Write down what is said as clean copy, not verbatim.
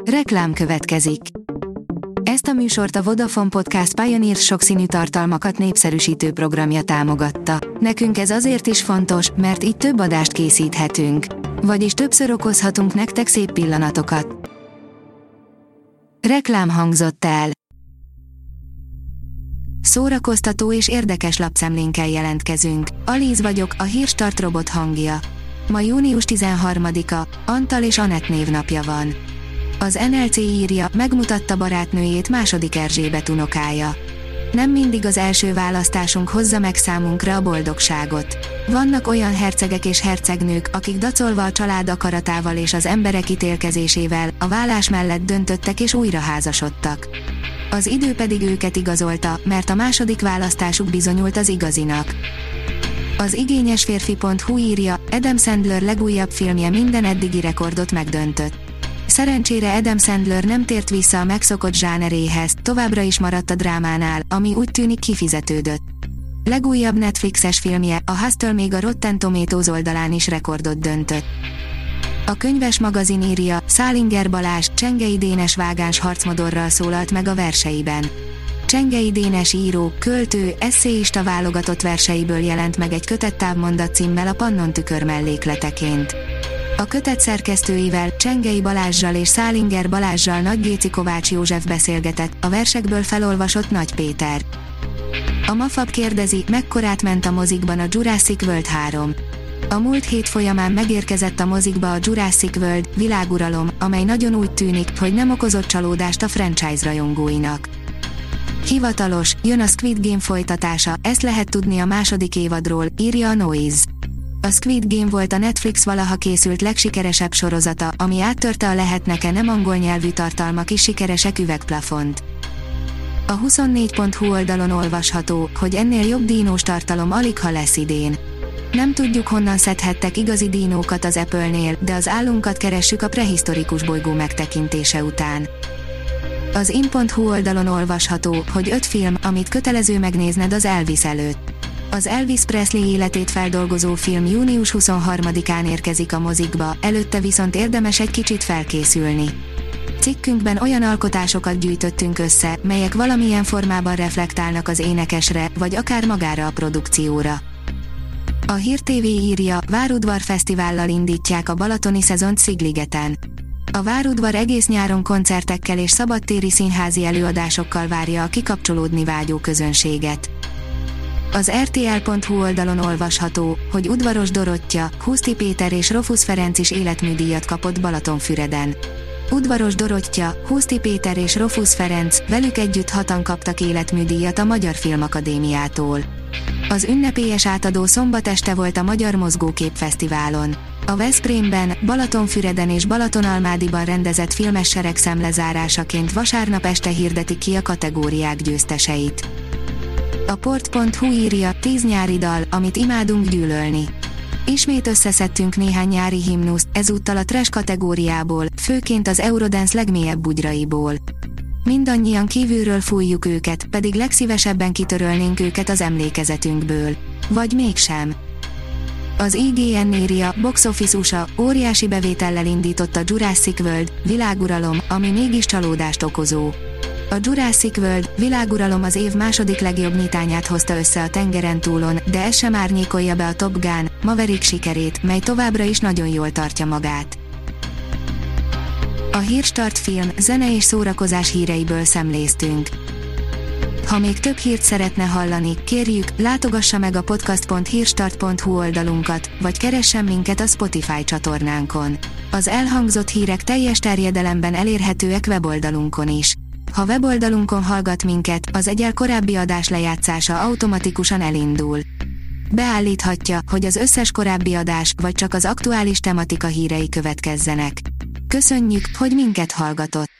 Reklám következik. Ezt a műsort a Vodafone Podcast Pioneer sokszínű tartalmakat népszerűsítő programja támogatta. Nekünk ez azért is fontos, mert így több adást készíthetünk. Vagyis többször okozhatunk nektek szép pillanatokat. Reklám hangzott el. Szórakoztató és érdekes lapszemlénkkel jelentkezünk. Alíz vagyok, a Hírstart robot hangja. Ma június 13-a, Antal és Anett névnapja van. Az NLC írja, megmutatta barátnőjét II. Erzsébet unokája. Nem mindig az első választásunk hozza meg számunkra a boldogságot. Vannak olyan hercegek és hercegnők, akik dacolva a család akaratával és az emberek ítélkezésével, a vállás mellett döntöttek és újra házasodtak. Az idő pedig őket igazolta, mert a második választásuk bizonyult az igazinak. Az igényesférfi.hu írja, Adam Sandler legújabb filmje minden eddigi rekordot megdöntött. Szerencsére Adam Sandler nem tért vissza a megszokott zsáneréhez, továbbra is maradt a drámánál, ami úgy tűnik kifizetődött. Legújabb Netflixes filmje, a Hustle még a Rotten Tomatoes oldalán is rekordot döntött. A könyves magazin írja, Szálinger Balázs, Csengei Dénes vágáns harcmodorral szólalt meg a verseiben. Csengei Dénes író, költő, esszéista válogatott verseiből jelent meg egy kötet távmondat címmel a Pannon Tükör mellékleteként. A kötet szerkesztőivel, Csengei Balázssal és Szálinger Balázssal Nagy Géci Kovács József beszélgetett, a versekből felolvasott Nagy Péter. A Mafab kérdezi, mekkorát ment a mozikban a Jurassic World 3. A múlt hét folyamán megérkezett a mozikba a Jurassic World, világuralom, amely nagyon úgy tűnik, hogy nem okozott csalódást a franchise rajongóinak. Hivatalos, jön a Squid Game folytatása, ezt lehet tudni a második évadról, írja a Noise. A Squid Game volt a Netflix valaha készült legsikeresebb sorozata, ami áttörte a lehetnek-e nem angol nyelvű tartalmak is sikeresek üvegplafont. A 24.hu oldalon olvasható, hogy ennél jobb dínós tartalom aligha lesz idén. Nem tudjuk honnan szedhettek igazi dínókat az Apple-nél, de az állunkat keressük a prehisztorikus bolygó megtekintése után. Az in.hu oldalon olvasható, hogy 5 film, amit kötelező megnézned az Elvis előtt. Az Elvis Presley életét feldolgozó film június 23-án érkezik a mozikba, előtte viszont érdemes egy kicsit felkészülni. Cikkünkben olyan alkotásokat gyűjtöttünk össze, melyek valamilyen formában reflektálnak az énekesre, vagy akár magára a produkcióra. A Hír TV írja, Várudvar Fesztivállal indítják a balatoni szezont Szigligeten. A Várudvar egész nyáron koncertekkel és szabadtéri színházi előadásokkal várja a kikapcsolódni vágyó közönséget. Az RTL.hu oldalon olvasható, hogy Udvaros Dorottya, Huszti Péter és Rofusz Ferenc is életműdíjat kapott Balatonfüreden. Udvaros Dorottya, Huszti Péter és Rofusz Ferenc, velük együtt 6-an kaptak életműdíjat a Magyar Filmakadémiától. Az ünnepélyes átadó szombat este volt a Magyar Mozgókép Fesztiválon. A Veszprémben, Balatonfüreden és Balatonalmádiban rendezett filmes seregszem lezárásaként vasárnap este hirdetik ki a kategóriák győzteseit. A port.hu írja, 10 nyári dal, amit imádunk gyűlölni. Ismét összeszedtünk néhány nyári himnuszt, ezúttal a trash kategóriából, főként az Eurodance legmélyebb bugyraiból. Mindannyian kívülről fújjuk őket, pedig legszívesebben kitörölnénk őket az emlékezetünkből. Vagy mégsem. Az IGN írja, Box Office USA, óriási bevétellel indított a Jurassic World, világuralom, ami mégis csalódást okozó. A Jurassic World, világuralom az év második legjobb nyitányát hozta össze a tengeren túlon, de ez sem árnyékolja be a Top Gun, Maverick sikerét, mely továbbra is nagyon jól tartja magát. A Hírstart film, zene és szórakozás híreiből szemléztünk. Ha még több hírt szeretne hallani, kérjük, látogassa meg a podcast.hírstart.hu oldalunkat, vagy keressen minket a Spotify csatornánkon. Az elhangzott hírek teljes terjedelemben elérhetőek weboldalunkon is. Ha weboldalunkon hallgat minket, az egyel korábbi adás lejátszása automatikusan elindul. Beállíthatja, hogy az összes korábbi adás, vagy csak az aktuális tematika hírei következzenek. Köszönjük, hogy minket hallgatott!